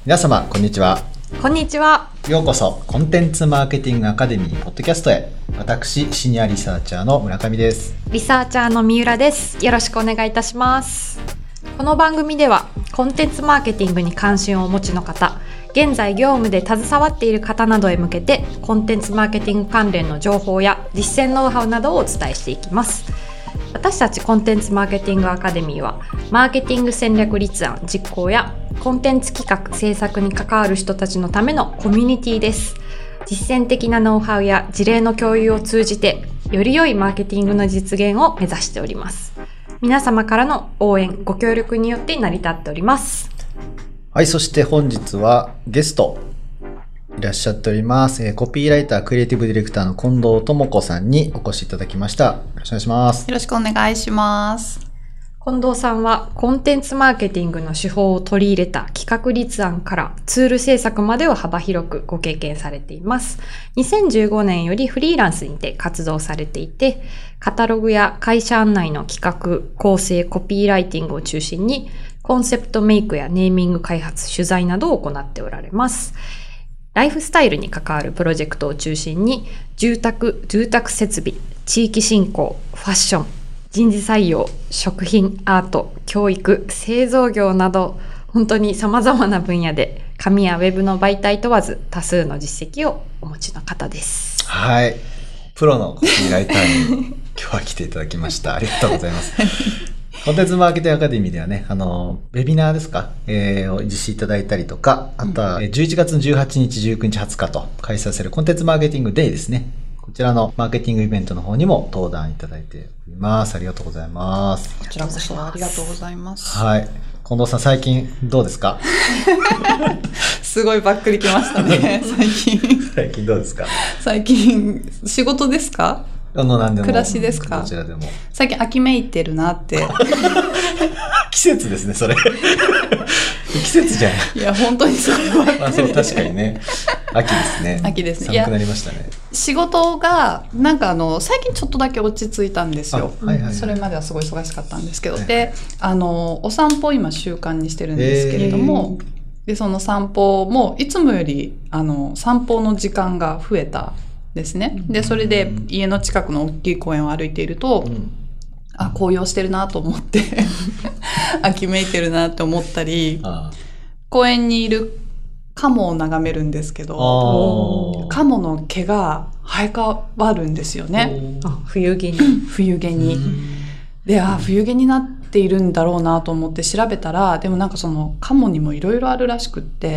皆様こんにちは。 こんにちは。 ようこそコンテンツマーケティングアカデミーポッドキャストへ。私シニアリサーチャーの村上です。 リサーチャーの三浦です。よろしくお願いいたします。この番組ではコンテンツマーケティングに関心をお持ちの方、現在業務で携わっている方などへ向けてコンテンツマーケティング関連の情報や実践ノウハウなどをお伝えしていきます。私たちコンテンツマーケティングアカデミーはマーケティング戦略立案実行やコンテンツ企画制作に関わる人たちのためのコミュニティです。実践的なノウハウや事例の共有を通じてより良いマーケティングの実現を目指しております。皆様からの応援ご協力によって成り立っております。 はい、そして本日はゲストいらっしゃっております。コピーライタークリエイティブディレクターの近藤智子さんにお越しいただきました。よろしくお願いします。 よろしくお願いします。 近藤さんはコンテンツマーケティングの手法を取り入れた企画立案からツール制作までを幅広くご経験されています。2015年よりフリーランスにて活動されていて、カタログや会社案内の企画、構成、コピーライティングを中心にコンセプトメイクやネーミング開発、取材などを行っておられます。ライフスタイルに関わるプロジェクトを中心に住宅設備、地域振興、ファッション、人事採用、食品、アート、教育、製造業など本当に様々な分野で紙やウェブの媒体問わず多数の実績をお持ちの方です。 はい、プロのコピーライターに今日は来ていただきました。ありがとうございます。コンテンツマーケティングアカデミーではね、ウェビナーですか、を実施いただいたりとか、あとは11月18日、19日、20日と開催されるコンテンツマーケティングデイですね。こちらのマーケティングイベントの方にも登壇いただいております。ありがとうございます。 こちらこそありがとうございます。 はい。近藤さん、最近どうですか？ すごいばっくりきましたね。 最近どうですか？ 最近仕事ですか？ 何でも。 暮らしですか？ どちらでも。 最近秋めいてるなって。 季節ですね、それ。季節じゃん。 いや、本当にそればっかりで。 そう、確かにね。秋ですね。 秋ですね。 寒くなりましたね。 仕事が、なんか最近ちょっとだけ落ち着いたんですよ。 はいはいはい、 それまではすごい忙しかったんですけど。 はいはい、 で、お散歩を今習慣にしてるんですけれども、で、その散歩も、いつもより、散歩の時間が増えたですね。で、それで家の近くの大きい公園を歩いていると、紅葉してるなと思って、秋めいてるなって思ったり、公園にいるカモを眺めるんですけど、カモの毛が生え変わるんですよね。 冬毛に。 冬毛に。で、冬毛になっているんだろうなと思って調べたら、でもなんかそのカモにもいろいろあるらしくって、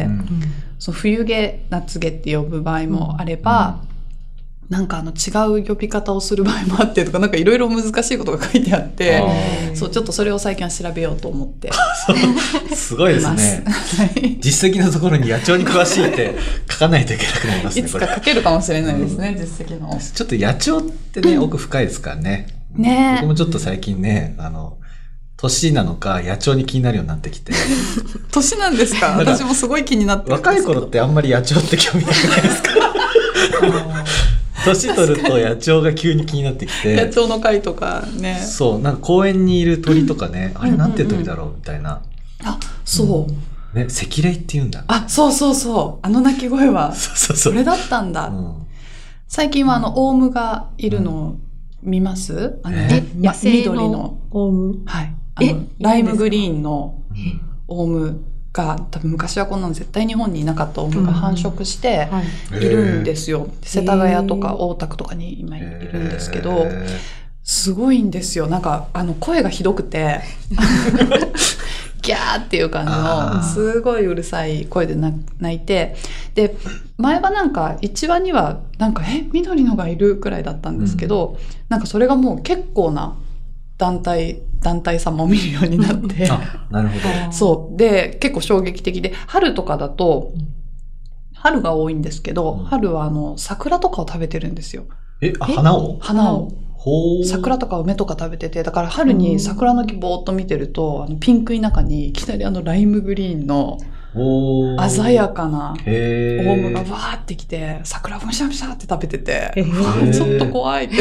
その冬毛、夏毛って呼ぶ場合もあれば、なんか違う呼び方をする場合もあってとか、なんかいろいろ難しいことが書いてあって、そう、ちょっとそれを最近は調べようと思って。 すごいですね。実績のところに野鳥に詳しいって書かないといけなくなりますね。 いつか書けるかもしれないですね、実績の。 ちょっと野鳥ってね、奥深いですからね。 ね、 僕もちょっと最近ね、年なのか野鳥に気になるようになってきて。 年なんですか？私もすごい気になってるんですけど。 若い頃ってあんまり野鳥って興味なくないですか？年取ると野鳥が急に気になってきて。 野鳥の会とかね。 そう、なんか公園にいる鳥とかね、あれなんて鳥だろうみたいな。 そう。 ね、赤霊って言うんだ。 そうそうそう。鳴き声は。それだったんだ。最近はオウムがいるのを見ます？緑の。 オウム？ はい。ライムグリーンのオウム。多分昔はこんなの絶対日本にいなかったオウムが繁殖しているんですよ。世田谷とか大田区とかに今いるんですけど、すごいんですよ。なんか声がひどくてギャーっていう感じのすごいうるさい声で鳴いて、で前はなんか1羽にはなんか緑のがいるくらいだったんですけど、なんかそれがもう結構な団体さんも見るようになって。 なるほど。 そう。で、結構衝撃的で、春とかだと、春が多いんですけど、春は桜とかを食べてるんですよ。 花を？ 花を。桜とか梅とか食べてて、だから春に桜の木ぼーっと見てると、ピンクい中にいきなりライムグリーンの鮮やかなオウムがわーってきて、桜をむしゃむしゃって食べてて、ちょっと怖いって。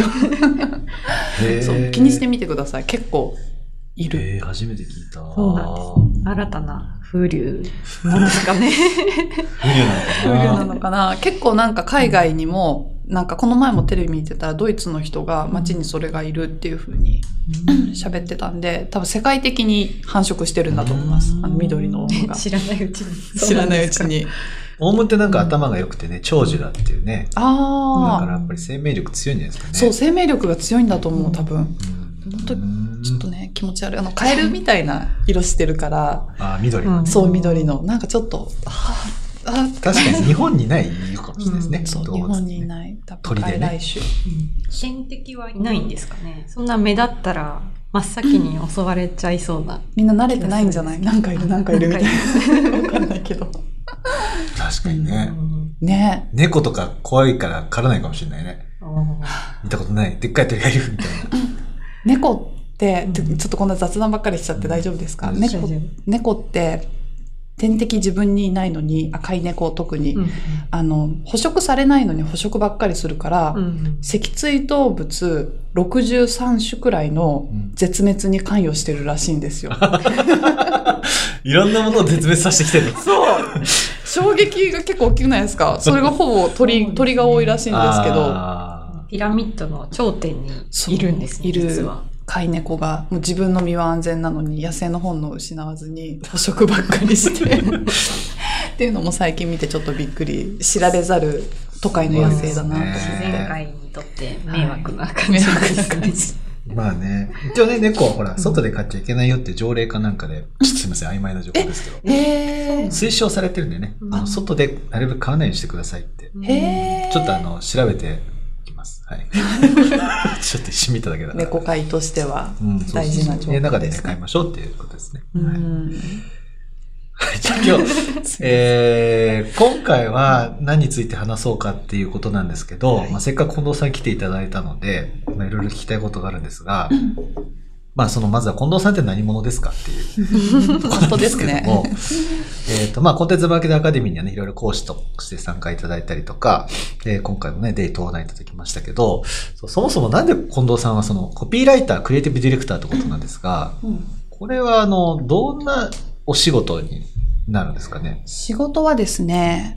そう、気にしてみてください。結構いる。 初めて聞いた。 そうなんです。 新たな風流なんですかね。 風流なのかな。 なのかな。結構なんか海外にも、なんかこの前もテレビ見てたらドイツの人が街にそれがいるっていう風に喋ってたんで、多分世界的に繁殖してるんだと思います。緑のオウムが。 知らないうちに。 知らないうちに。 オウムってなんか頭が良くてね、長寿だっていうね。だああ。 からやっぱり生命力強いんじゃないですかね。 そう、生命力が強いんだと思う、多分。本当ちょっとね、気持ち悪い。カエルみたいな色してるから。 あ、緑のね。 そう、緑の。なんかちょっと、 確かに日本にないかもしれないですね。 そう、日本にいない。 鳥でね。 天敵はいないんですかね。そんな目立ったら真っ先に襲われちゃいそうな。 みんな慣れてないんじゃない？なんかいるみたいな。わかんないけど。 確かにね。 ね。 猫とか怖いから狩らないかもしれないね。見たことない。でっかい鳥がいるみたいな。 猫って、ちょっとこんな雑談ばっかりしちゃって大丈夫ですか？猫って、天敵自分にいないのに、赤い猫特に、捕食されないのに捕食ばっかりするから、脊椎動物63種くらいの絶滅に関与してるらしいんですよ。 いろんなものを絶滅させてきてる。 そう。衝撃が結構大きくないですか？それがほぼ鳥が多いらしいんですけど。 ピラミッドの頂点にいるんですね、実は。 飼い猫が、もう自分の身は安全なのに野生の本能を失わずに捕食ばっかりしてっていうのも最近見てちょっとびっくり。知られざる都会の野生だなと思って。 自然界にとって迷惑な感じです。 まあね。一応ね、猫はほら、外で飼っちゃいけないよって条例かなんかで、すいません、曖昧な情報ですけど。推奨されてるんでね、外でなるべく飼わないようにしてくださいって。ちょっと調べて、はい。ちょっと一瞬見ただけだから。 猫飼いとしては大事な情報ですね。 家の中でね、飼いましょうっていうことですね。はい。じゃあ今日、今回は何について話そうかっていうことなんですけど、せっかく近藤さん来ていただいたので、いろいろ聞きたいことがあるんですが、まずは近藤さんって何者ですかっていうことですけども、コンテンツマーケティングアカデミーにはね、いろいろ講師として参加いただいたりとか、今回もね、デイ登壇いただきましたけど、そもそもなんで近藤さんはコピーライター、クリエイティブディレクターってことなんですが、これはどんなお仕事になるんですかね？ 仕事はですね、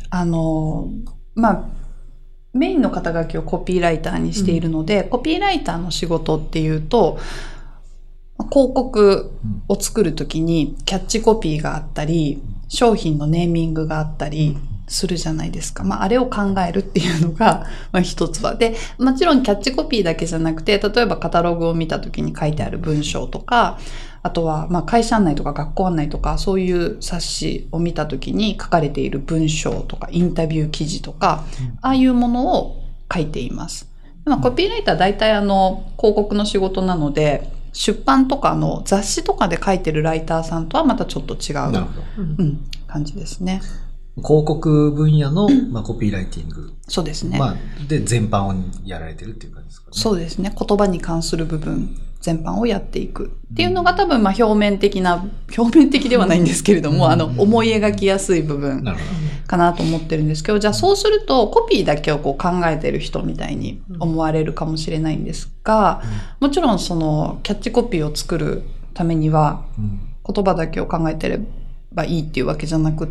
メインの肩書きをコピーライターにしているので、コピーライターの仕事っていうと、広告を作るときにキャッチコピーがあったり、商品のネーミングがあったりするじゃないですか。あれを考えるっていうのが、一つは。で、もちろんキャッチコピーだけじゃなくて、例えばカタログを見たときに書いてある文章とか、あとは、会社案内とか学校案内とか、そういう冊子を見たときに書かれている文章とか、インタビュー記事とか、ああいうものを書いています。コピーライターは大体広告の仕事なので、出版とかの雑誌とかで書いてるライターさんとはまたちょっと違う、感じですね。 広告分野の、コピーライティング。 そうですね。 で、全般をやられてるっていう感じですかね。 そうですね。言葉に関する部分、全般をやっていくっていうのが多分、表面的ではないんですけれども、思い描きやすい部分かなと思ってるんですけど、じゃあそうすると、コピーだけを考えてる人みたいに思われるかもしれないんですが、もちろんキャッチコピーを作るためには、言葉だけを考えてればいいっていうわけじゃなくって、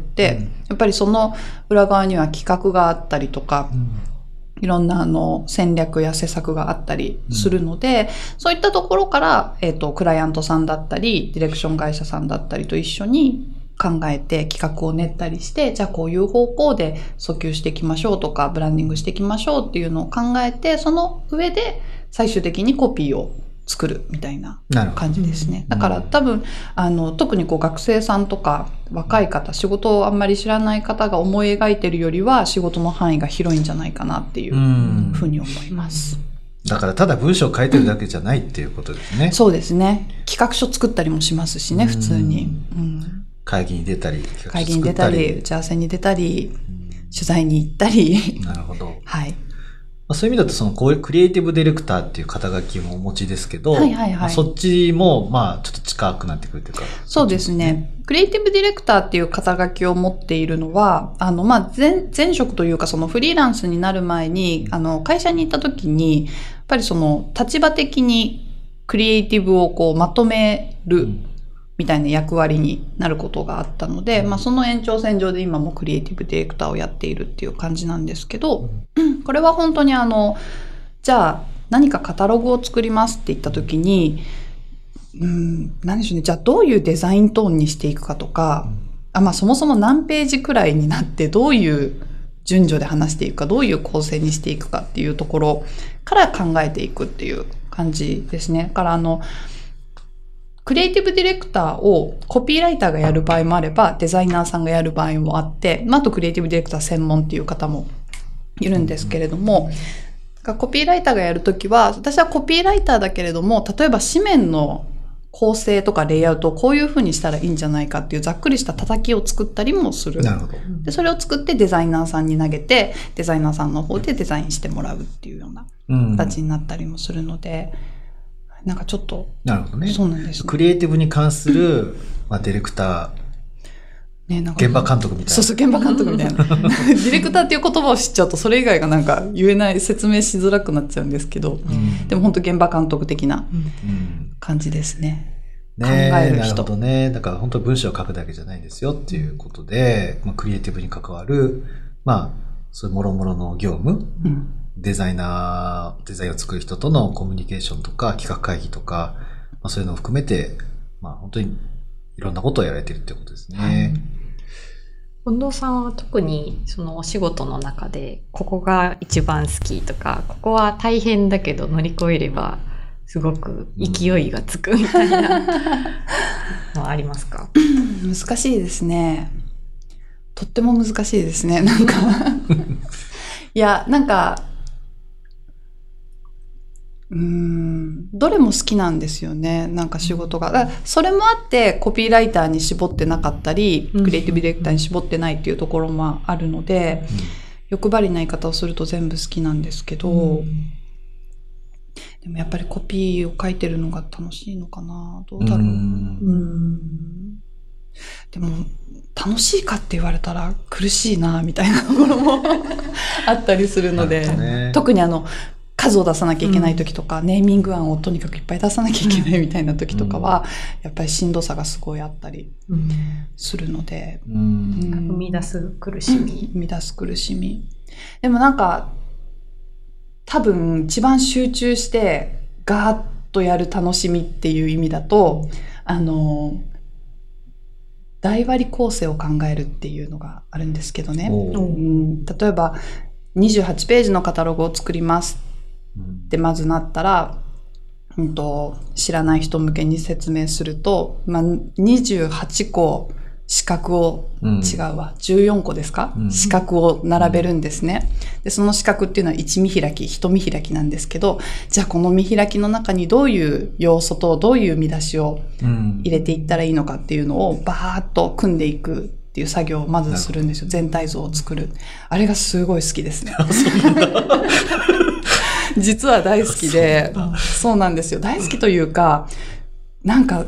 やっぱりその裏側には企画があったりとか、いろんな戦略や施策があったりするので、そういったところから、クライアントさんだったり、ディレクション会社さんだったりと一緒に考えて企画を練ったりして、じゃあこういう方向で訴求していきましょうとか、ブランディングしていきましょうっていうのを考えて、その上で最終的にコピーを作るみたいな感じですね。だから多分、特に学生さんとか若い方、仕事をあんまり知らない方が思い描いてるよりは仕事の範囲が広いんじゃないかなっていうふうに思います。 だからただ文章を書いてるだけじゃないっていうことですね。 そうですね。企画書作ったりもしますしね、普通に。 会議に出たり、 会議に出たり、打ち合わせに出たり、取材に行ったり。 なるほど。 はい。 そういう意味だとクリエイティブディレクターっていう肩書きもお持ちですけど、そっちもちょっと近くなってくるというか。 そうですね。クリエイティブディレクターっていう肩書きを持っているのは、前職というかフリーランスになる前に、会社に行った時に、やっぱり立場的にクリエイティブをまとめるみたいな役割になることがあったので、その延長線上で今もクリエイティブディレクターをやっているっていう感じなんですけど、これは本当にじゃあ何かカタログを作りますって言った時に、何でしょうね、じゃあどういうデザイントーンにしていくかとか、そもそも何ページくらいになってどういう順序で話していくか、どういう構成にしていくかっていうところから考えていくっていう感じですね。だからクリエイティブディレクターをコピーライターがやる場合もあれば、デザイナーさんがやる場合もあって、あとクリエイティブディレクター専門っていう方もいるんですけれども、コピーライターがやるときは、私はコピーライターだけれども、例えば紙面の構成とかレイアウトをこういう風にしたらいいんじゃないかっていうざっくりした叩きを作ったりもする。 なるほど。 で、それを作ってデザイナーさんに投げて、デザイナーさんの方でデザインしてもらうっていうような形になったりもするので、なんかちょっと。 なるほどね。 そうなんです、ね。 クリエイティブに関する、ディレクター、なんか現場監督みたいな。 そう、現場監督みたいな。ディレクターっていう言葉を知っちゃうと、それ以外がなんか言えない、説明しづらくなっちゃうんですけど、でも本当現場監督的な感じですね。考える人。 なるほどね。だから本当文章を書くだけじゃないんですよっていうことで、クリエイティブに関わる、そういう諸々の業務、デザインを作る人とのコミュニケーションとか企画会議とか、そういうのを含めて、本当にいろんなことをやられているってことですね。 近藤さんは特にそのお仕事の中でここが一番好きとか、ここは大変だけど乗り越えればすごく勢いがつくみたいなのはありますか？ 難しいですね。とっても難しいですね。なんかいや、なんかどれも好きなんですよね。なんか仕事が。それもあってコピーライターに絞ってなかったり、クリエイティブディレクターに絞ってないっていうところもあるので、欲張りな言い方をすると全部好きなんですけど、でもやっぱりコピーを書いてるのが楽しいのかな。どうだろう。でも楽しいかって言われたら苦しいなみたいなところもあったりするので、特に数を出さなきゃいけない時とか、ネーミング案をとにかくいっぱい出さなきゃいけないみたいな時とかは、やっぱりしんどさがすごいあったりするので、 生み出す苦しみ。 生み出す苦しみ。でもなんか多分一番集中してガーッとやる楽しみっていう意味だと、台割り構成を考えるっていうのがあるんですけどね。例えば28ページのカタログを作りますってまずなったら、知らない人向けに説明すると、28個四角を、14個ですか、四角を並べるんですね。で、その四角っていうのは1見開き、1見開きなんですけど、じゃあこの見開きの中にどういう要素とどういう見出しを入れていったらいいのかっていうのをバーッと組んでいくっていう作業をまずするんですよ。全体像を作る。あれがすごい好きですね。実は大好きで、そうなんですよ。大好きというか、なんか、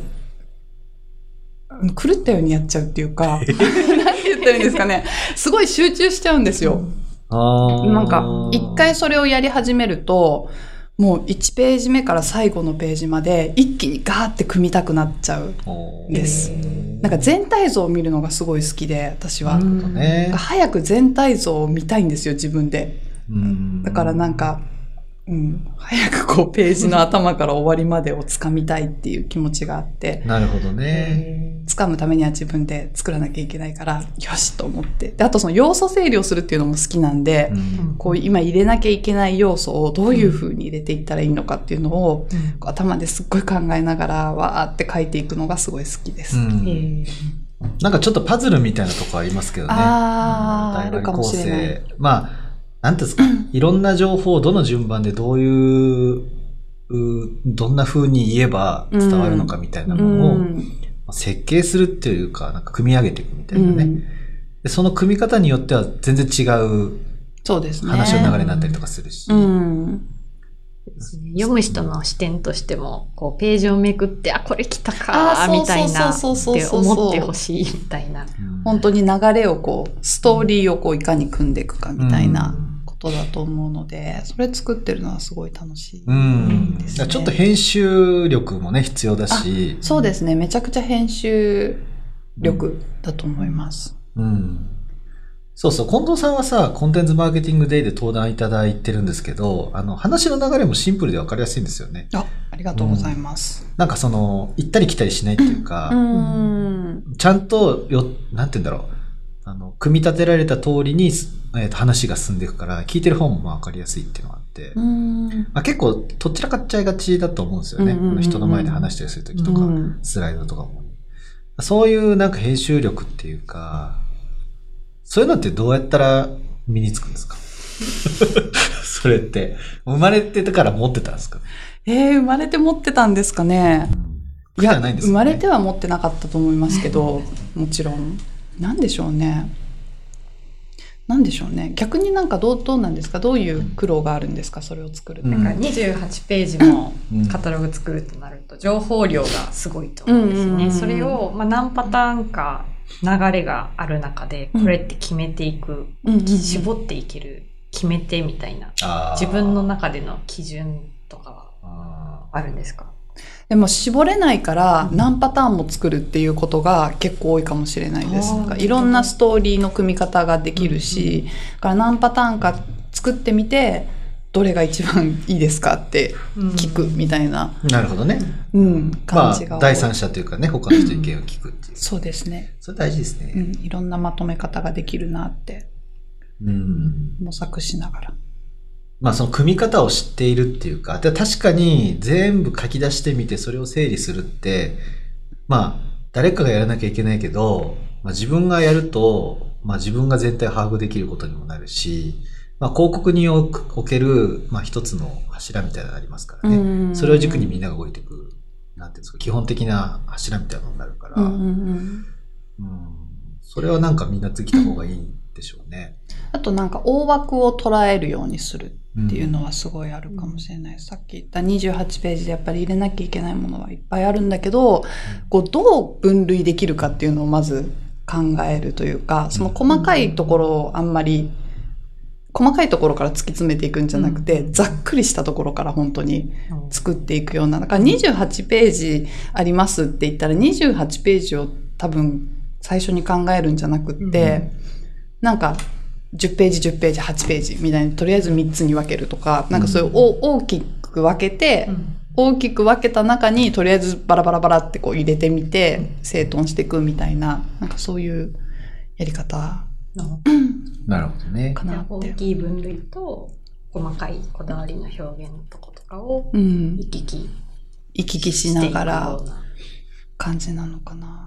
狂ったようにやっちゃうっていうか、なんて言ったらいいんですかね。すごい集中しちゃうんですよ。なんか、一回それをやり始めると、もう1ページ目から最後のページまで一気にガーって組みたくなっちゃうんです。なんか全体像を見るのがすごい好きで、私は。早く全体像を見たいんですよ、自分で。だからなんか、早くページの頭から終わりまでを掴みたいっていう気持ちがあって。 なるほどね。 掴むためには自分で作らなきゃいけないから、よしと思って。で、あとその要素整理をするっていうのも好きなんで、今入れなきゃいけない要素をどういう風に入れていったらいいのかっていうのを、頭ですっごい考えながら、わーって書いていくのがすごい好きです。 なんかちょっとパズルみたいなとこありますけどね。 あるかもしれない。 なんていうんですか、いろんな情報をどの順番でどんな風に言えば伝わるのかみたいなのを設計するっていうか、なんか組み上げていくみたいなね。でその組み方によっては全然違う話の流れになったりとかするし。 読む人の視点としても、ページをめくって、これ来たか、みたいな、って思ってほしいみたいな。 本当に流れをストーリーをいかに組んでいくかみたいなこことだと思うので、それ作ってるのはすごい楽しいですね。 ちょっと編集力もね、必要だし。 そうですね。めちゃくちゃ編集力だと思います。 そうそう、近藤さんはさ、コンテンツマーケティングデイで登壇いただいてるんですけど、話の流れもシンプルで分かりやすいんですよね。 ありがとうございます。 なんか行ったり来たりしないっていうか、ちゃんとなんて言うんだろう、組み立てられた通りに、話が進んでいくから、聞いてる方も分かりやすいっていうのがあって、結構、どちらかっちゃいがちだと思うんですよね。人の前で話したりするときとか、スライドとかも。そういうなんか編集力っていうか、そういうのってどうやったら身につくんですか？それって。生まれてから持ってたんですか？ 生まれて持ってたんですかね。 いや、ないんですよね。 生まれては持ってなかったと思いますけど、もちろん。なんでしょうね。逆になんかどうなんですか？どういう苦労があるんですか？それを作る。 なんか28ページのカタログ作るとなると、情報量がすごいと思うんですよね。それを、何パターンか流れがある中で、これって決めていく、絞っていける決め手みたいな、自分の中での基準とかはあるんですか？ でも絞れないから何パターンも作るっていうことが結構多いかもしれないです。いろんなストーリーの組み方ができるし、だから何パターンか作ってみて、どれが一番いいですかって聞くみたいな。 なるほどね。 感じが。 第三者というかね、他の人意見を聞くっていう。 そうですね。 それ大事ですね。 いろんなまとめ方ができるなって。模索しながら。 その組み方を知っているっていうか、で確かに全部書き出してみてそれを整理するって、誰かがやらなきゃいけないけど、自分がやると、自分が全体を把握できることにもなるし、広告における、一つの柱みたいなのがありますからね。それを軸にみんなが動いていく、なんていうんですか、基本的な柱みたいなのになるから、それはなんかみんなつきた方がいいんでしょうね。 あとなんか大枠を捉えるようにするっていうのはすごいあるかもしれない。さっき言った28ページでやっぱり入れなきゃいけないものはいっぱいあるんだけど、どう分類できるかっていうのをまず考えるというか、その細かいところをあんまり、細かいところから突き詰めていくんじゃなくて、ざっくりしたところから本当に作っていくような。だから28ページありますって言ったら28ページを多分最初に考えるんじゃなくって、なんか10ページ、10ページ、8ページみたいにとりあえず3つに分けるとか、なんかそういう大きく分けて、大きく分けた中にとりあえずバラバラバラってこう入れてみて、整頓していくみたいな、なんかそういうやり方。 なるほどね。 かなって。大きい分類と細かいこだわりの表現のとことかを行き来しながら感じなのかな。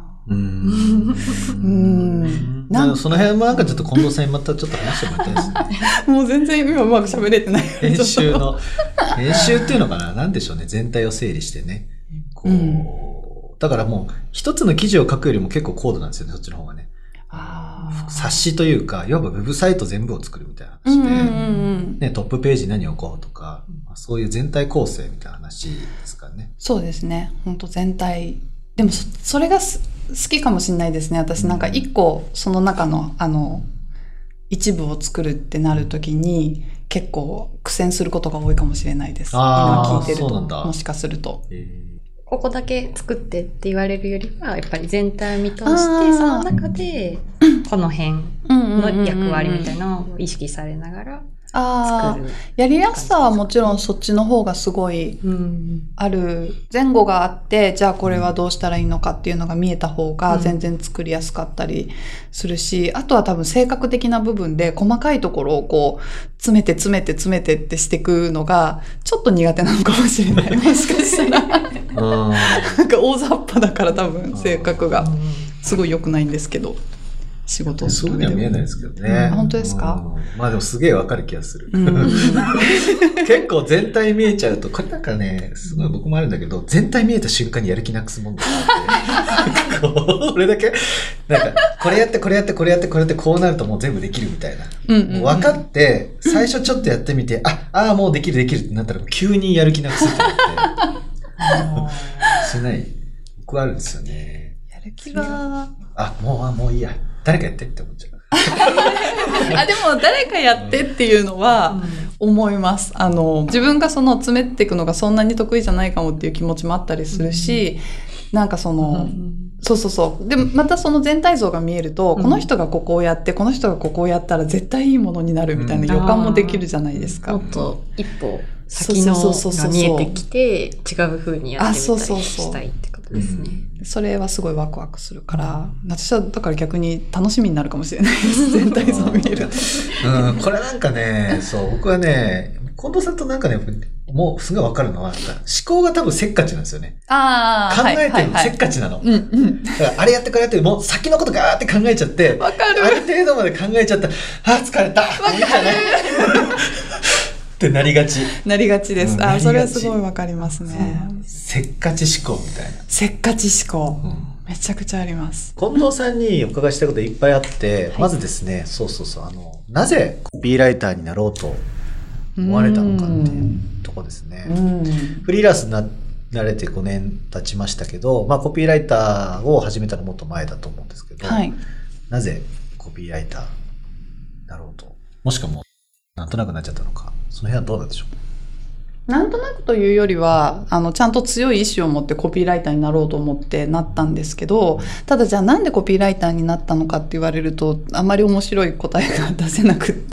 その辺もなんかちょっと近藤さんにまたちょっと話してもらいたいですね。 もう全然今うまく喋れてない。 編集っていうのかな、なんでしょうね。全体を整理してね。だからもう一つの記事を書くよりも結構高度なんですよね、そっちの方がね。冊子というか、いわばウェブサイト全部を作るみたいな話で、トップページ何を置こうとか、そういう全体構成みたいな話ですからね。 そうですね。本当全体。でもそれが好きかもしれないですね。私なんか一個その中の一部を作るってなるときに結構苦戦することが多いかもしれないです。今聞いてると。もしかすると。 ここだけ作ってって言われるよりは、やっぱり全体を見通して、その中でこの辺の役割みたいなのを意識されながら作る。 やりやすさはもちろんそっちの方がすごいある。前後があって、じゃあこれはどうしたらいいのかっていうのが見えた方が全然作りやすかったりするし、あとは多分性格的な部分で細かいところをこう詰めてってしていくのがちょっと苦手なのかもしれない。もしかしたらなんか大雑把だから多分性格がすごい良くないんですけど。仕事をするそうには見えないですけどね。 本当ですか？ でもすげえわかる気がする。結構全体見えちゃうと、これなんかね、すごい僕もあるんだけど、全体見えた瞬間にやる気なくすもんだなって。これだけ、なんか、これやって、これやって、これやって、これやって、こうなるともう全部できるみたいな。もう分かって、最初ちょっとやってみて、もうできるってなったら、急にやる気なくすってなって。しない。僕はあるんですよね。 やる気が。 もういいや。誰かやってって思っちゃう。 あ、でも誰かやってっていうのは思います。自分がその詰めていくのがそんなに得意じゃないかもっていう気持ちもあったりするし、なんかそう。で、またその全体像が見えると、この人がここをやって、この人がここをやったら絶対いいものになるみたいな予感もできるじゃないですか。 もっと一歩先のが見えてきて、違う風にやってみたりしたいってことですね。 それはすごいワクワクするから、私はだから逆に楽しみになるかもしれないです。全体像見える。 これなんかね、そう、僕はね、近藤さんとなんかね、もうすごいわかるのは、思考が多分せっかちなんですよね。考えてるのせっかちなの。だからあれやってこれやって、もう先のことガーって考えちゃって、 わかる。 ある程度まで考えちゃった。疲れた。いいじゃないってなりがち。 なりがちです。それはすごいわかりますね。 せっかち思考みたいな。 せっかち思考。めちゃくちゃあります。 近藤さんにお伺いしたこといっぱいあって、まずですね、なぜコピーライターになろうと思われたのかっていうところですね。フリーランスになられて5年経ちましたけど、コピーライターを始めたのもっと前だと思うんですけど、なぜコピーライターになろうと、もしくはもうなんとなくなっちゃったのか、その辺はどうなんでしょうか。 なんとなくというよりは、ちゃんと強い意志を持ってコピーライターになろうと思ってなったんですけど、ただじゃあなんでコピーライターになったのかって言われると、あんまり面白い答えが出せなくって、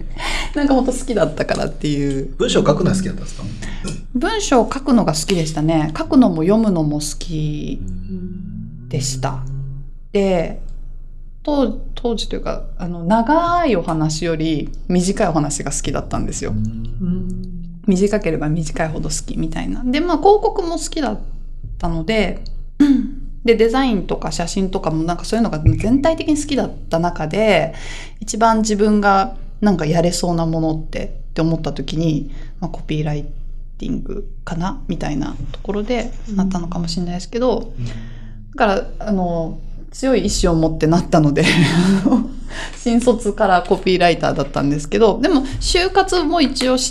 なんか本当好きだったからっていう。 文章を書くのが好きだったんですか？ 文章を書くのが好きでしたね。書くのも読むのも好きでした。で、当時というか、長いお話より短いお話が好きだったんですよ。短ければ短いほど好きみたいな。で、広告も好きだったので、で、デザインとか写真とかもなんかそういうのが全体的に好きだった中で、一番自分がなんかやれそうなものって思った時に、コピーライティングかなみたいなところでなったのかもしれないですけど、だから、強い意志を持ってなったので新卒からコピーライターだったんですけど、でも就活も一応して、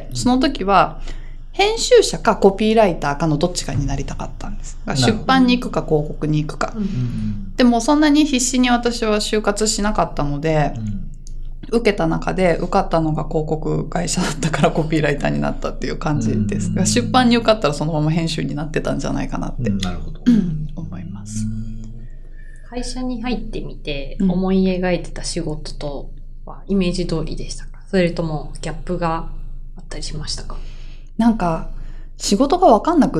その時は編集者かコピーライターかのどっちかになりたかったんです。出版に行くか広告に行くか。でもそんなに必死に私は就活しなかったので、受けた中で受かったのが広告会社だったからコピーライターになったっていう感じです。出版に受かったらそのまま編集になってたんじゃないかなって、思います。 会社に入ってみて思い描いてた仕事とはイメージ通りでしたか？それともギャップがあったりしましたか？ なんか仕事が分かんなくって、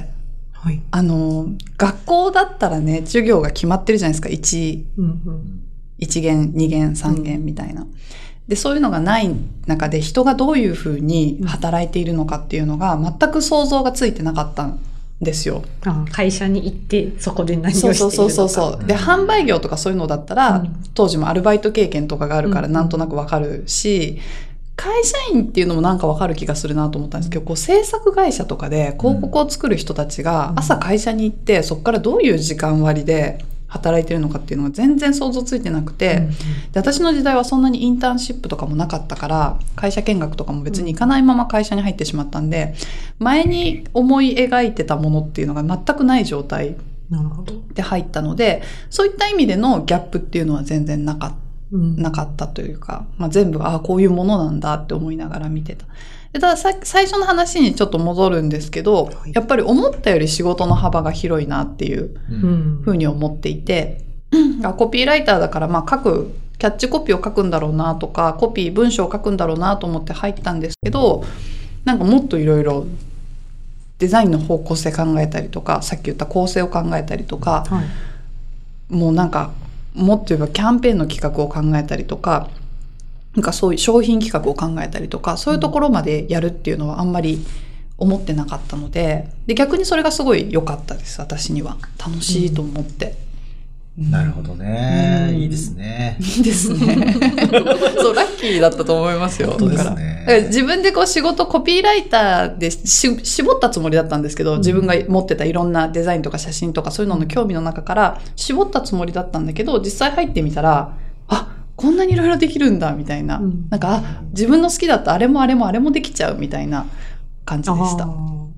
学校だったらね、授業が決まってるじゃないですか。1限、2限、3限みたいな。で、そういうのがない中で人がどういうふうに働いているのかっていうのが全く想像がついてなかったんですよ。 会社に行ってそこで何をしているのか。 そう。で、販売業とかそういうのだったら、当時もアルバイト経験とかがあるからなんとなくわかるし、会社員っていうのもなんかわかる気がするなと思ったんですけど、制作会社とかで広告を作る人たちが朝会社に行って、そこからどういう時間割で働いてるのかっていうのが全然想像ついてなくて、で、私の時代はそんなにインターンシップとかもなかったから、会社見学とかも別に行かないまま会社に入ってしまったんで、前に思い描いてたものっていうのが全くない状態で入ったので、そういった意味でのギャップっていうのは全然なかったというか、全部こういうものなんだって思いながら見てた。で、ただ最初の話にちょっと戻るんですけど、やっぱり思ったより仕事の幅が広いなっていうふうに思っていて、コピーライターだからキャッチコピーを書くんだろうなとか、文章を書くんだろうなと思って入ったんですけど、なんかもっといろいろデザインの方向性考えたりとか、さっき言った構成を考えたりとか、もうなんかもっと言えばキャンペーンの企画を考えたりとか、なんかそういう商品企画を考えたりとか、そういうところまでやるっていうのはあんまり思ってなかったので、逆にそれがすごッ良かったです。私には楽しいと思って。 なるほどね。いいですね。 いいですね。そう、ラッキーだったと思いますよ。 本当ですね。 自分で仕事、コピーライターで絞ったつもりだったんですけど、自分が持ってたいろんなデザインとか写真とかそういうのの興味の中から絞ったつもりだったんだけど、実際入ってみたら、こんなにいろいろできるんだみたいな、なんか自分の好きだったあれもあれもあれもできちゃうみたいな感じでした。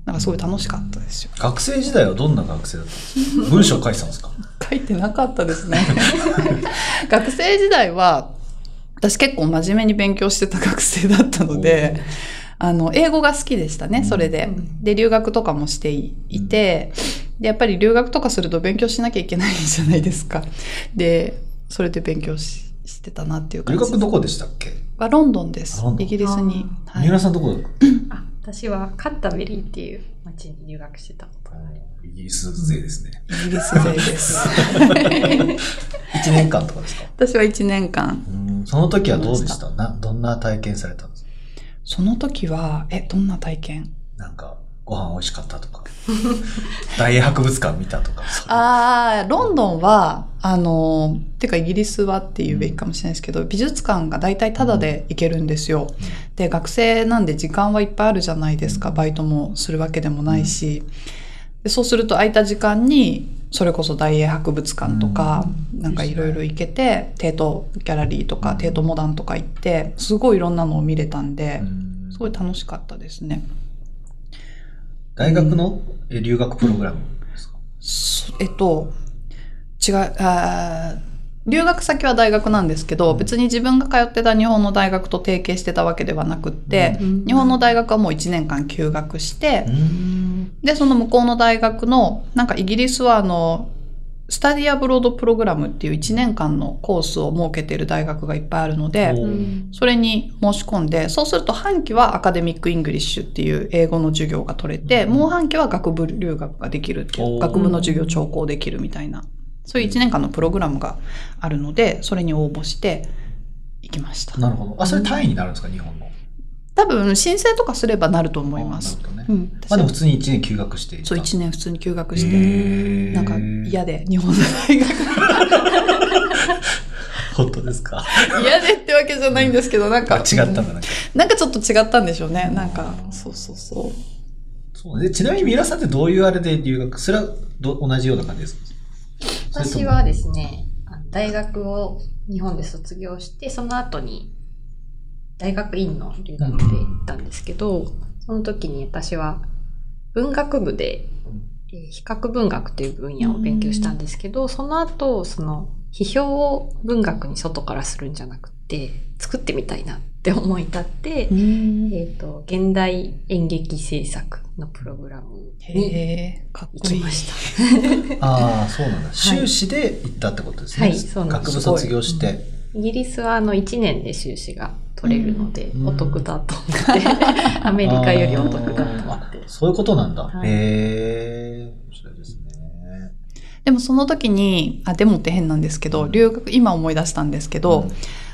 なんかすごい楽しかったですよ。 学生時代はどんな学生だったんですか？文章書いてたんですか？ 書いてなかったですね。学生時代は、私結構真面目に勉強してた学生だったので、英語が好きでしたね、それで。で、留学とかもしていて、で、やっぱり留学とかすると勉強しなきゃいけないじゃないですか。で、それで勉強してたなっていう感じ。 留学どこでしたっけ？ ロンドンです。イギリスに。 三浦さんどこだ？ 私はカンタベリーっていう町に留学してたことがある。 イギリス勢ですね。 イギリス勢です。 1年間とかですか？ 私は1年間。 その時はどうでした？どんな体験されたんですか？その時は、どんな体験？ なんか、ご飯美味しかったとか、大英博物館見たとか。 ロンドンは、てかイギリスはっていうべきかもしれないですけど、美術館が大体タダで行けるんですよ。で、学生なんで時間はいっぱいあるじゃないですか。バイトもするわけでもないし。でそうすると空いた時間に、それこそ大英博物館とか、なんかいろいろ行けて、テートギャラリーとか、テートモダンとか行って、すごいいろんなのを見れたんで、すごい楽しかったですね。 大学の留学プログラムですか？ 留学先は大学なんですけど、別に自分が通ってた日本の大学と提携してたわけではなくって、日本の大学はもう1年間休学して、で、その向こうの大学の、なんかイギリスはスタディアブロードプログラムっていう1年間のコースを設けている大学がいっぱいあるので、それに申し込んで、そうすると半期はアカデミックイングリッシュっていう英語の授業が取れて、もう半期は学部留学ができるっていう、学部の授業聴講できるみたいな、そういう1年間のプログラムがあるので、それに応募して行きました。 なるほど。それ単位になるんですか、日本の？ 多分、申請とかすればなると思います。 なるほどね。でも普通に1年休学していた。 そう、1年普通に休学して、なんか嫌で、日本の大学。 本当ですか？ 嫌でってわけじゃないんですけど、なんか。 違ったんだ、 なんかちょっと違ったんでしょうね。なんか、そう。 そうで、ちなみに皆さんってどういうあれで留学、それは同じような感じですか？ 私はですね、大学を日本で卒業して、その後に大学院の留学で行ったんですけど、その時に私は文学部で、比較文学という分野を勉強したんですけど、その後、批評を文学に外からするんじゃなくて、作ってみたいなって思い立って、現代演劇制作のプログラムに行きました。 そうなんだ。修士で行ったってことですね。はい、そうなんです。学部卒業して。 イギリスは1年で修士が取れるので、お得だと思って、アメリカよりお得だと思って。 そういうことなんだ。面白いですね。 でもその時に、でもって変なんですけど、留学、今思い出したんですけど、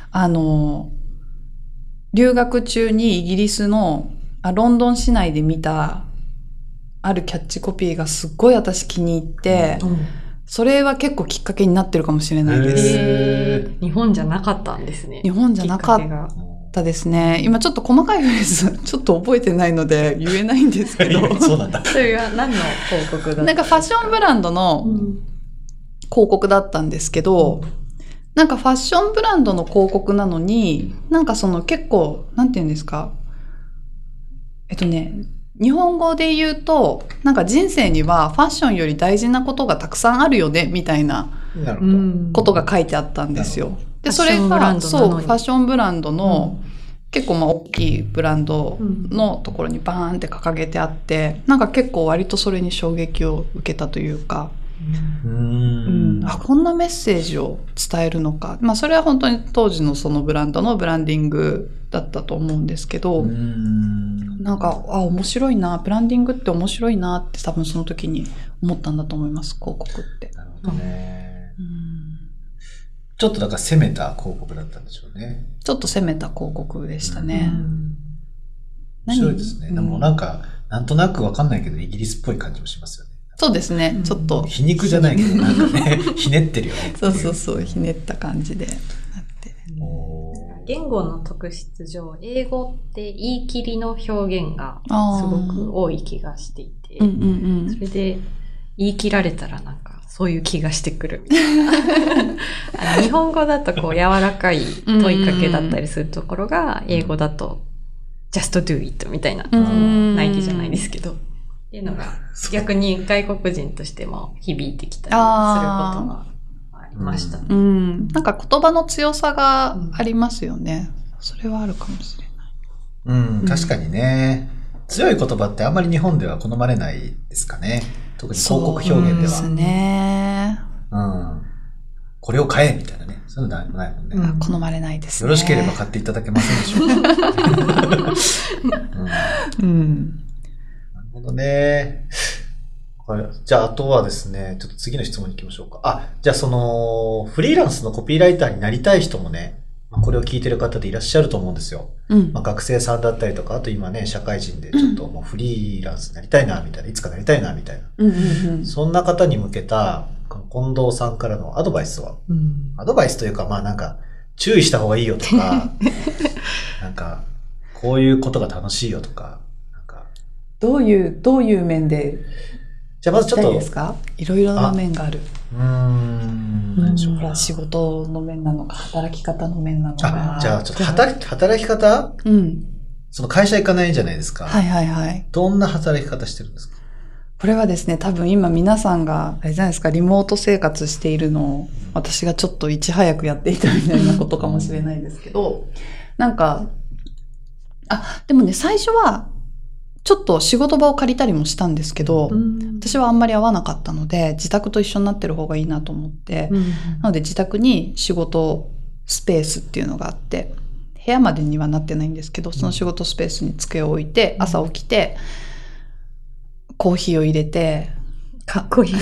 留学中にイギリスの、ロンドン市内で見た、あるキャッチコピーがすっごい私気に入って、それは結構きっかけになってるかもしれないです。 日本じゃなかったんですね。 日本じゃなかったですね。今ちょっと細かいフレーズちょっと覚えてないので言えないんですけど。 そうなんだ。 それは何の広告だった？ なんかファッションブランドの広告だったんですけど、なんかファッションブランドの広告なのに、なんか結構、なんて言うんですか。日本語で言うと、なんか人生にはファッションより大事なことがたくさんあるよね、みたいなことが書いてあったんですよ。で、それが、そう、ファッションブランドの、結構大きいブランドのところにバーンって掲げてあって、なんか結構割とそれに衝撃を受けたというか、こんなメッセージを伝えるのか。それは本当に当時のそのブランドのブランディングだったと思うんですけど、なんか、面白いな、ブランディングって面白いなって多分その時に思ったんだと思います、広告って。 なるほどね。ちょっとだから攻めた広告だったんでしょうね。 ちょっと攻めた広告でしたね。 面白いですね。でもなんか、なんとなくわかんないけど、イギリスっぽい感じもしますよね。 そうですね、ちょっと。 皮肉じゃないけど、なんかね、ひねってるよね。 そう、ひねった感じでなって。 言語の特質上、英語って言い切りの表現がすごく多い気がしていて、それで言い切られたらなんかそういう気がしてくるみたいな。日本語だとこう柔らかい問いかけだったりするところが、英語だと just do it みたいな、ナイキじゃないですけど、 っていうのが逆に外国人としても響いてきたりすることがありましたね。 なんか言葉の強さがありますよね。それはあるかもしれない。 確かにね。強い言葉ってあんまり日本では好まれないですかね。特に広告表現では。 そうですね。 これを買えみたいなね。そういうのないもんね。 好まれないですね。 よろしければ買っていただけませんでしょうか。なるほどね。じゃあ、あとはですね、ちょっと次の質問に行きましょうか。じゃあフリーランスのコピーライターになりたい人もね、これを聞いてる方でいらっしゃると思うんですよ。学生さんだったりとか、あと今ね、社会人でちょっともうフリーランスになりたいな、みたいな、いつかなりたいな、みたいな。そんな方に向けた、近藤さんからのアドバイスは、アドバイスというか、なんか、注意した方がいいよとか、なんか、こういうことが楽しいよとか、なんか。 どういう面で、 じゃあまずちょっと。いいですか？いろいろな面がある。 何でしょうか。 仕事の面なのか、働き方の面なのか。 じゃあちょっと働き方？その会社行かないじゃないですか。どんな働き方してるんですか？ これはですね、多分今皆さんが、あれじゃないですか、リモート生活しているのを、私がちょっといち早くやっていたみたいなことかもしれないですけど、なんか、でもね、最初は、ちょっと仕事場を借りたりもしたんですけど、私はあんまり合わなかったので、自宅と一緒になってる方がいいなと思って、なので自宅に仕事スペースっていうのがあって、部屋までにはなってないんですけど、その仕事スペースに机を置いて、朝起きて、コーヒーを入れて、 かっこいい。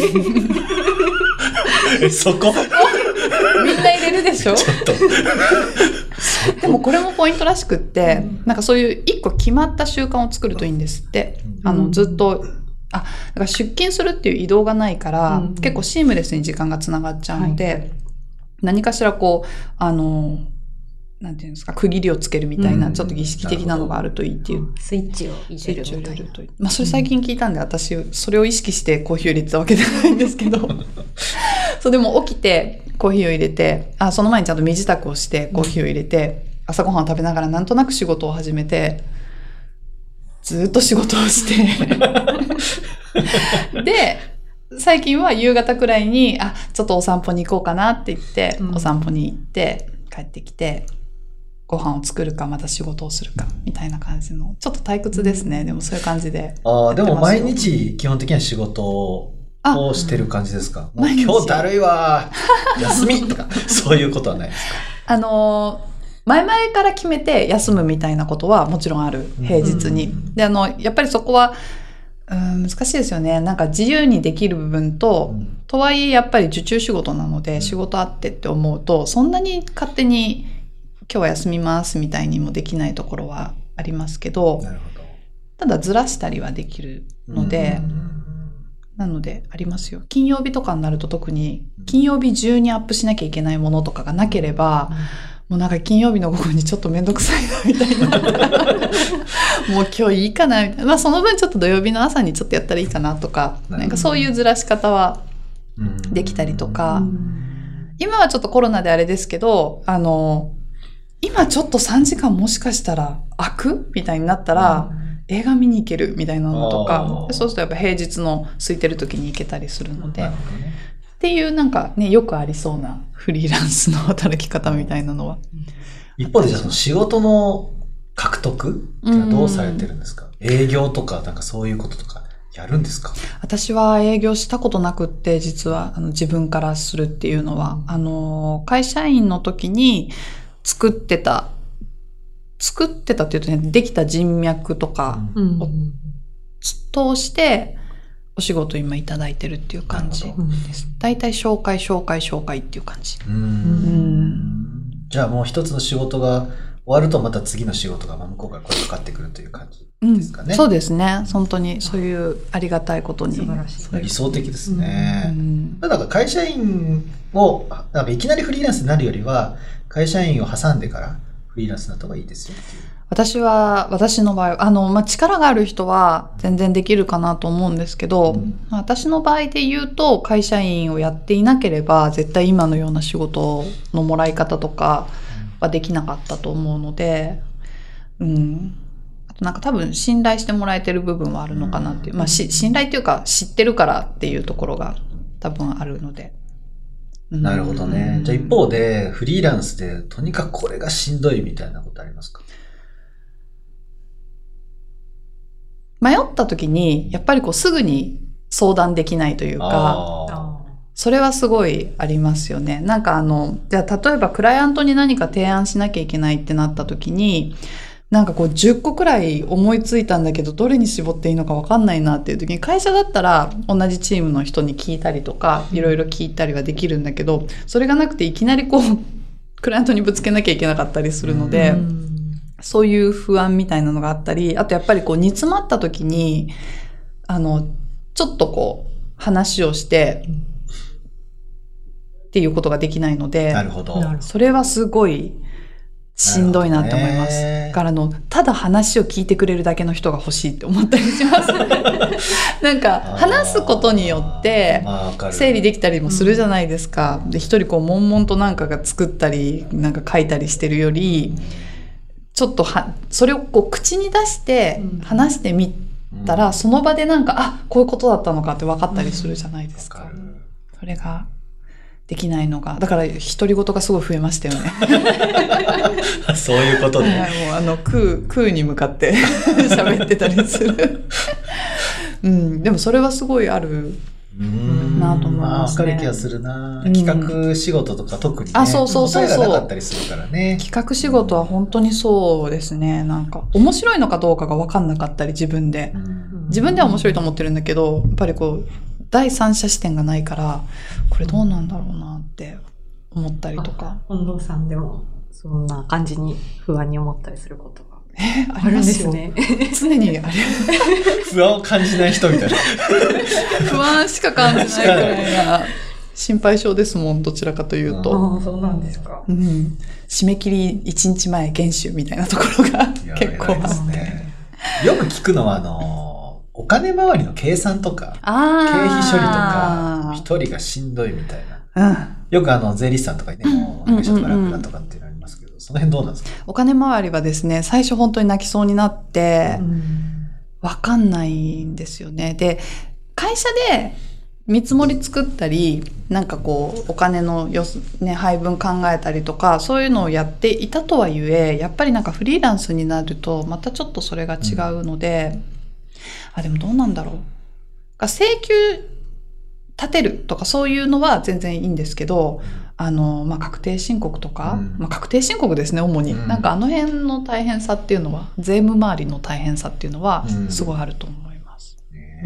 そこみんな入れるでしょ？ちょっと。でもこれもポイントらしくって、なんかそういう一個決まった習慣を作るといいんですって。ずっと、だから出勤するっていう移動がないから、結構シームレスに時間がつながっちゃうので、何かしらこう、なんていうんですか、区切りをつけるみたいな、ちょっと儀式的なのがあるといいっていう。 スイッチを入れるみたいな。 それ最近聞いたんで、私、それを意識してコーヒーを入れてたわけじゃないんですけど。そう、でも起きて、コーヒーを入れて、その前にちゃんと身支度をして、コーヒーを入れて、朝ごはんを食べながらなんとなく仕事を始めて、ずっと仕事をして。で、最近は夕方くらいに、ちょっとお散歩に行こうかなって言って、お散歩に行って、帰ってきて、ご飯を作るかまた仕事をするかみたいな感じのちょっと退屈ですね。でもそういう感じででも毎日基本的には仕事をしてる感じですか？もう今日だるいわ休みとかそういうことはないですか？ 前々から決めて休むみたいなことはもちろんある、平日に。でやっぱりそこは難しいですよね。なんか自由にできる部分と、とはいえやっぱり受注仕事なので、仕事あってって思うとそんなに勝手に今日は休みますみたいにもできないところはありますけど、ただずらしたりはできるので、なのでありますよ。金曜日とかになると特に金曜日中にアップしなきゃいけないものとかがなければ、もうなんか金曜日の午後にちょっとめんどくさいなみたいになったらもう今日いいかなみたいな、その分ちょっと土曜日の朝にちょっとやったらいいかなとか、なんかそういうずらし方はできたりとか、今はちょっとコロナであれですけど、今ちょっと3時間もしかしたら空くみたいになったら、映画見に行けるみたいなのとか、そうするとやっぱ平日の空いてる時に行けたりするので、っていうなんかね、よくありそうなフリーランスの働き方みたいなのは。 一方でじゃあその仕事の獲得っていうのはどうされてるんですか？営業とかなんかそういうこととかやるんですか？ 私は営業したことなくって、実は自分からするっていうのは、会社員の時に作ってたっていうとね、できた人脈とかを通してお仕事今いただいてるっていう感じです。だいたい紹介っていう感じ。 じゃあもう一つの仕事が終わるとまた次の仕事が向こうから声かかってくるという感じですかね。 そうですね。本当にそういうありがたいことに。 理想的ですね。だから会社員をなんかいきなりフリーランスになるよりは会社員を挟んでからフリーランスになった方がいいですよっていう。私の場合、力がある人は全然できるかなと思うんですけど、私の場合で言うと、会社員をやっていなければ、絶対今のような仕事のもらい方とかはできなかったと思うので、あとなんか多分信頼してもらえてる部分はあるのかなっていう。まあ信頼っていうか知ってるからっていうところが多分あるので。 なるほどね。じゃあ一方でフリーランスでとにかくこれがしんどいみたいなことありますか？ 迷った時にやっぱりこうすぐに相談できないというか、それはすごいありますよね。なんかじゃあ例えばクライアントに何か提案しなきゃいけないってなった時に、なんかこう10個くらい思いついたんだけどどれに絞っていいのか分かんないなっていう時に、会社だったら同じチームの人に聞いたりとかいろいろ聞いたりはできるんだけど、それがなくていきなりこうクライアントにぶつけなきゃいけなかったりするので、そういう不安みたいなのがあったり、あとやっぱりこう煮詰まった時にちょっとこう話をしてっていうことができないので、 なるほど。 それはすごいしんどいなって思います。だからただ話を聞いてくれるだけの人が欲しいって思ったりしますなんか話すことによって整理できたりもするじゃないですか。で一人こう悶々となんかが作ったりなんか書いたりしてるより、ちょっとそれをこう口に出して話してみたら、その場でなんかこういうことだったのかって分かったりするじゃないですか。それができないのが、だから独り言がすごい増えましたよねそういうことで、 もう空に向かって喋ってたりするでもそれはすごいあるなと思いますね。 わかる気がするな。企画仕事とか特にね、 そう答えがなかったりするからね。 企画仕事は本当にそうですね。なんか面白いのかどうかが分かんなかったり、自分では面白いと思ってるんだけど、やっぱりこう第三者視点がないから、これどうなんだろうなって思ったりとか。 近藤さんでもそんな感じに不安に思ったりすることがありますよね。常にあれ不安を感じない人みたいな不安しか感じないくらいな心配性ですもん、どちらかというと。 そうなんですか。 締め切り1日前厳守みたいなところが結構あって、 よく聞くのはお金回りの計算とか経費処理とか一人がしんどいみたいな、よく税理士さんとかにね、もうお願いしとか楽だとかっていうのありますけど、その辺どうなんですか？ お金回りはですね、最初本当に泣きそうになって分かんないんですよね。で、会社で見積もり作ったり、なんかこうお金の配分考えたりとか、そういうのをやっていたとはいえ、やっぱりなんかフリーランスになるとまたちょっとそれが違うので、でもどうなんだろう。請求立てるとかそういうのは全然いいんですけど、確定申告とか、確定申告ですね、主に。なんか辺の大変さっていうのは、税務周りの大変さっていうのはすごいあると思います。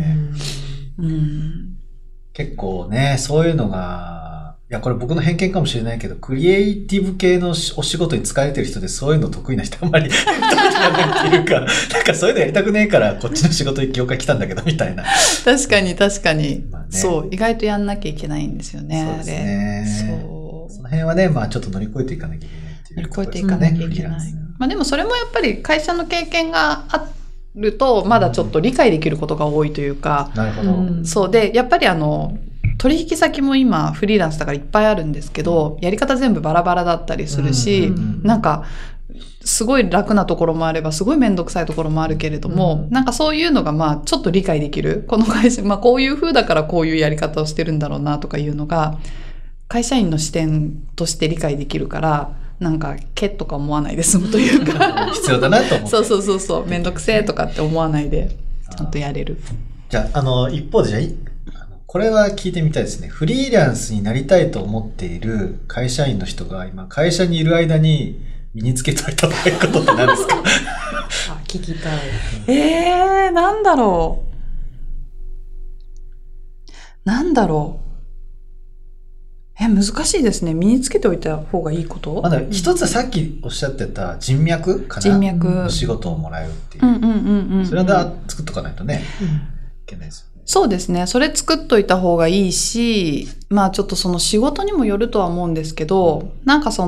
結構ね、そういうのが、いや、これ僕の偏見かもしれないけど、クリエイティブ系のお仕事に疲れてる人でそういうの得意な人あんまり得意じゃないっていうか、なんかそういうのやりたくねえからこっちの仕事業界来たんだけどみたいな。 確かに。そう、意外とやんなきゃいけないんですよね。 そうですね。その辺はね、ちょっと乗り越えていかなきゃいけないっていう、 乗り越えていかなきゃいけない。でもそれもやっぱり会社の経験があると、まだちょっと理解できることが多いというか。 なるほど。 そうで、やっぱり取引先も今フリーランスだからいっぱいあるんですけど、やり方全部バラバラだったりするし、なんかすごい楽なところもあればすごいめんどくさいところもあるけれども、なんかそういうのがちょっと理解できる、この会社、こういう風だからこういうやり方をしてるんだろうなとかいうのが会社員の視点として理解できるから、なんかけとか思わないで済むというか必要だなと思って、 そうめんどくせえとかって思わないでちゃんとやれる。 じゃあ一方でこれは聞いてみたいですね。フリーランスになりたいと思っている会社員の人が今会社にいる間に身につけといた方がいいことって何ですか？ 聞きたい。 なんだろう。難しいですね。身につけておいた方がいいこと？ 一つさっきおっしゃってた人脈かな。 人脈。 お仕事をもらえるっていう。それは作っとかないとね、いけないですよね。 そうですね。それ作っといた方がいいし、ちょっとその仕事にもよるとは思うんですけど、なんか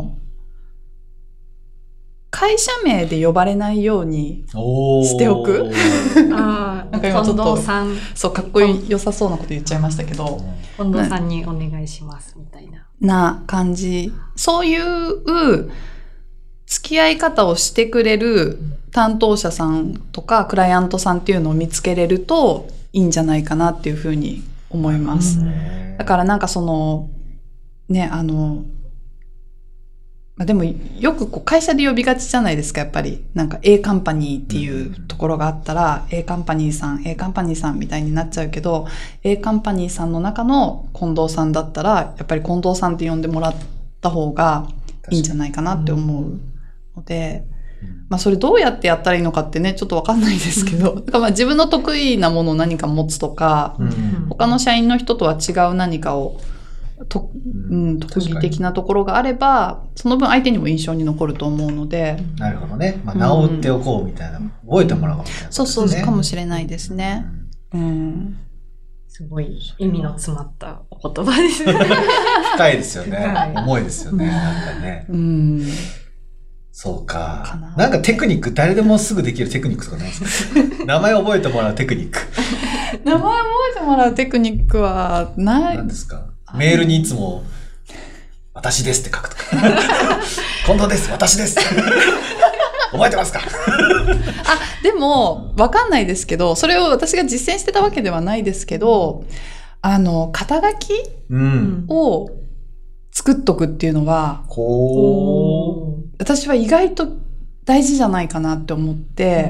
会社名で呼ばれないようにしておく。 なんか今ちょっとそうかっこよさそうなこと言っちゃいましたけど、 近藤さんにお願いしますみたいな感じ。そういう付き合い方をしてくれる担当者さんとかクライアントさんっていうのを見つけれるといいんじゃないかなっていうふうに思います。だからなんかそのね、でもよくこう会社で呼びがちじゃないですか、やっぱり。なんか A カンパニーっていうところがあったら、A カンパニーさん、A カンパニーさんみたいになっちゃうけど、A カンパニーさんの中の近藤さんだったら、やっぱり近藤さんって呼んでもらった方がいいんじゃないかなって思うので、それどうやってやったらいいのかってね、ちょっとわかんないですけど、だから自分の得意なものを何か持つとか、他の社員の人とは違う何かを特技的なところがあれば、その分相手にも印象に残ると思うので。 なるほどね。名を売っておこうみたいな、覚えてもらおうみたいな、ね。 そうかもしれないですね。 すごい意味の詰まったお言葉ですね。 深いですよね。重いですよね。なんかね。そうか。なんかテクニック、誰でもすぐできるテクニックとかないですか？名前覚えてもらうテクニック。 名前覚えてもらうテクニックはない。 何ですか？メールにいつも、私ですって書くとか。近藤です、私です。覚えてますか？ でも、わかんないですけど、それを私が実践してたわけではないですけど、肩書きを作っとくっていうのは、私は意外と大事じゃないかなって思って、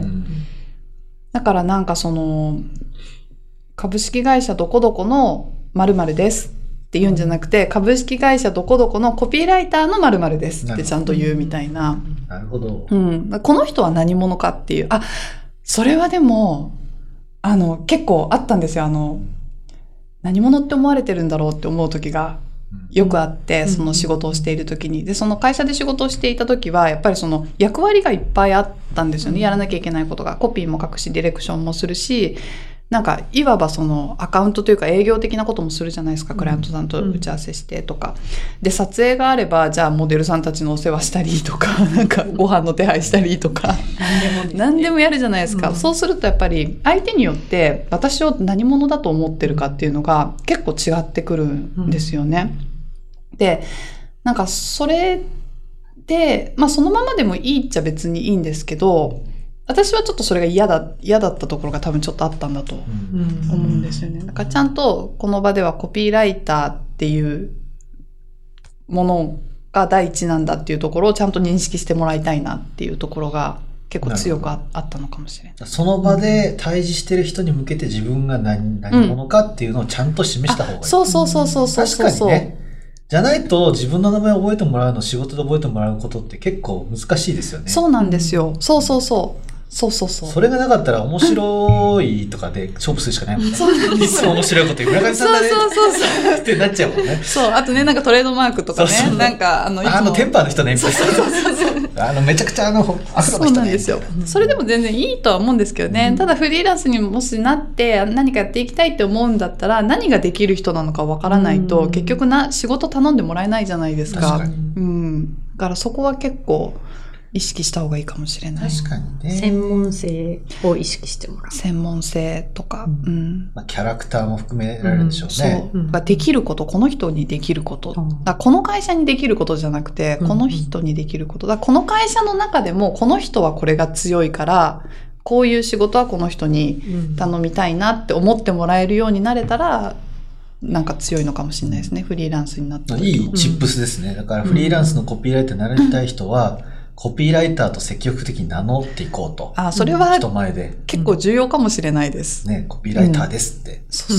だからなんかその、株式会社どこどこの〇〇ですって言うんじゃなくて、株式会社どこどこのコピーライターの〇〇ですってちゃんと言うみたいな。 なるほど。 この人は何者かっていう。それはでも、結構あったんですよ。何者って思われてるんだろうって思う時がよくあって、その仕事をしている時に。で、その会社で仕事をしていた時は、やっぱりその役割がいっぱいあったんですよね。やらなきゃいけないことが。コピーも書くし、ディレクションもするし、なんか、いわばそのアカウントというか営業的なこともするじゃないですか。クライアントさんと打ち合わせしてとか。で、撮影があれば、じゃあモデルさんたちのお世話したりとか、なんかご飯の手配したりとか。何でもやるじゃないですか。そうするとやっぱり相手によって私を何者だと思ってるかっていうのが結構違ってくるんですよね。で、なんかそれで、そのままでもいいっちゃ別にいいんですけど、私はちょっとそれが嫌だったところが多分ちょっとあったんだと思うんですよね。だからちゃんとこの場ではコピーライターっていうものが第一なんだっていうところをちゃんと認識してもらいたいなっていうところが結構強くあったのかもしれない。 その場で対峙してる人に向けて自分が何者かっていうのをちゃんと示した方がいい。 そう。 確かにね。じゃないと自分の名前を覚えてもらうの、仕事で覚えてもらうことって結構難しいですよね。 そうなんですよ。そう。 それがなかったら面白いとかで勝負するしかないもんね。いつも面白いこと言う村上さんだね。そうってなっちゃうもんね。 そう。あとね、なんかトレードマークとかね。なんかテンパーの人ね。めちゃくちゃアフロの人ね。 そうなんですよ。それでも全然いいとは思うんですけどね。ただフリーランスにもしなって何かやっていきたいって思うんだったら、何ができる人なのかわからないと、結局仕事頼んでもらえないじゃないですか。 確かに。 だからそこは結構、意識した方がいいかもしれない。 確かにね。 専門性を意識してもらう。 専門性とか。 キャラクターも含められるでしょうね。 そう。できること、この人にできること。この会社にできることじゃなくて、この人にできること。この会社の中でも、この人はこれが強いから、こういう仕事はこの人に頼みたいなって思ってもらえるようになれたら、なんか強いのかもしれないですね。フリーランスになった時。 いいチップスですね。だからフリーランスのコピーライターになりたい人は、コピーライターと積極的に名乗っていこうと。 それは人前で結構重要かもしれないです。 ね、コピーライターですって。 そう。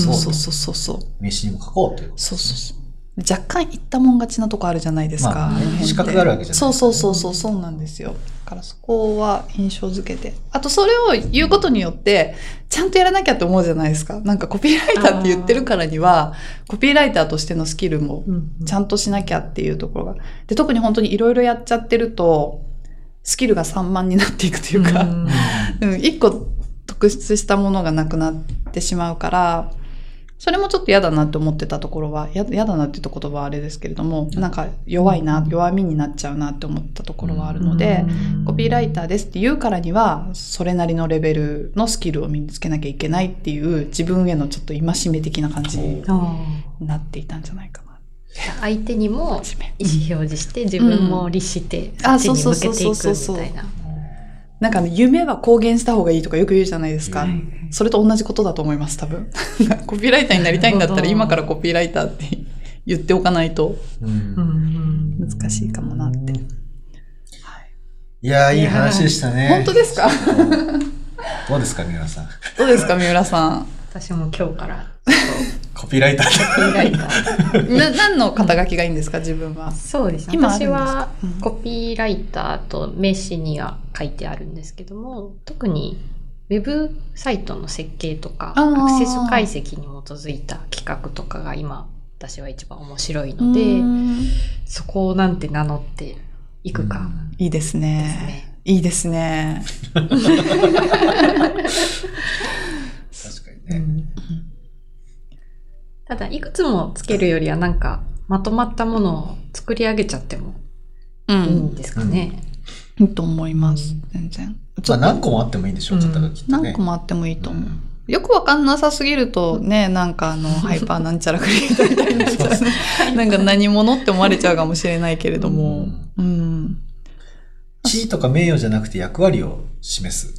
名刺にも書こうという。 そう。若干言ったもん勝ちなとこあるじゃないですか。 資格があるわけじゃない。 そうなんですよ。だからそこは印象づけて。あとそれを言うことによって、ちゃんとやらなきゃって思うじゃないですか。なんかコピーライターって言ってるからには、コピーライターとしてのスキルもちゃんとしなきゃっていうところが。で、特に本当にいろいろやっちゃってると、スキルが散漫になっていくというか、一個特出したものがなくなってしまうから、それもちょっと嫌だなって思ってたところは、嫌だなって言った言葉はあれですけれども、なんか弱みになっちゃうなって思ったところはあるので、コピーライターですって言うからには、それなりのレベルのスキルを身につけなきゃいけないっていう自分へのちょっと戒め的な感じになっていたんじゃないかな。 相手にも意思表示して自分も律してそっちに向けていくみたいな。 なんか夢は公言した方がいいとかよく言うじゃないですか。それと同じことだと思います、多分。コピーライターになりたいんだったら今からコピーライターって言っておかないと難しいかもなって。 いやー、いい話でしたね。 本当ですか？ どうですか、三浦さん。 どうですか、三浦さん。 私も今日からコピーライターコピーライター何の肩書きがいいんですか、自分は。 そうですね。私はコピーライターと名刺には書いてあるんですけども、特にウェブサイトの設計とかアクセス解析に基づいた企画とかが今私は一番面白いので、そこをなんて名乗っていくか、 いいですね。いいですね。 確かにね。 ただいくつもつけるよりはなんかまとまったものを作り上げちゃってもいいんですかね。 いいと思います。全然。 まあ何個もあってもいいんでしょう、肩書きってね。 何個もあってもいいと思う。よくわかんなさすぎるとね、なんかハイパーなんちゃらクリエイターみたいになっちゃう。なんか何者って思われちゃうかもしれないけれども。 地位とか名誉じゃなくて役割を示す。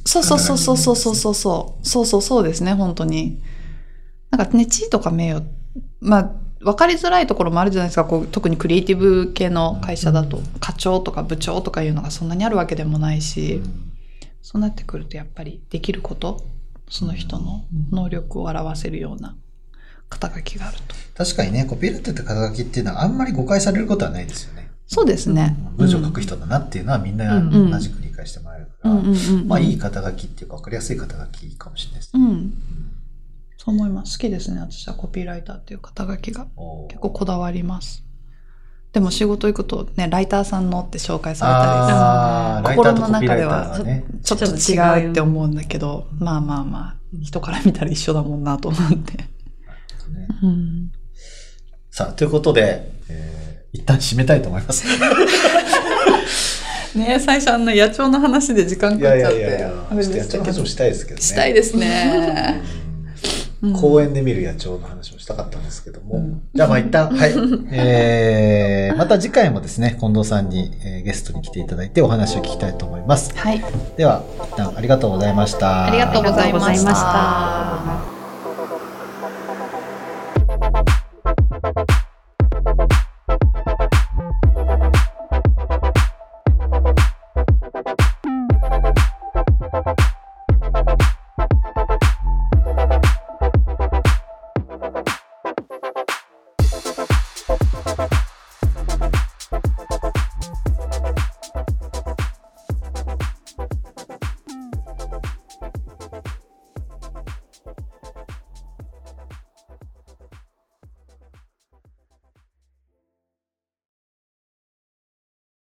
そうですね、本当に。なんかね、地位とか名誉、まあ、分かりづらいところもあるじゃないですか。こう特にクリエイティブ系の会社だと、課長とか部長とかいうのがそんなにあるわけでもないし、そうなってくるとやっぱりできること、その人の能力を表せるような肩書きがあると。 確かにね、コピーライターって肩書きっていうのはあんまり誤解されることはないですよね。 そうですね。 文章を書く人だなっていうのはみんな同じく理解してもらえるから、まあいい肩書きっていうか分かりやすい肩書きかもしれないですね。 そう思います。好きですね。私はコピーライターっていう肩書きが結構こだわります。でも仕事行くとね、ライターさんのって紹介されたり、心の中ではちょっと違うって思うんだけど、まあ、人から見たら一緒だもんなと思って。 さあ、ということで、一旦締めたいと思います。 ね、最初野鳥の話で時間かかっちゃって。 ちょっと野鳥化粧したいですけどね。 したいですね。 公園で見る野鳥の話をしたかったんですけども。じゃあまあ一旦、はい。また次回もですね、近藤さんに、ゲストに来ていただいてお話を聞きたいと思います。 はい。 では、一旦ありがとうございました。 ありがとうございました。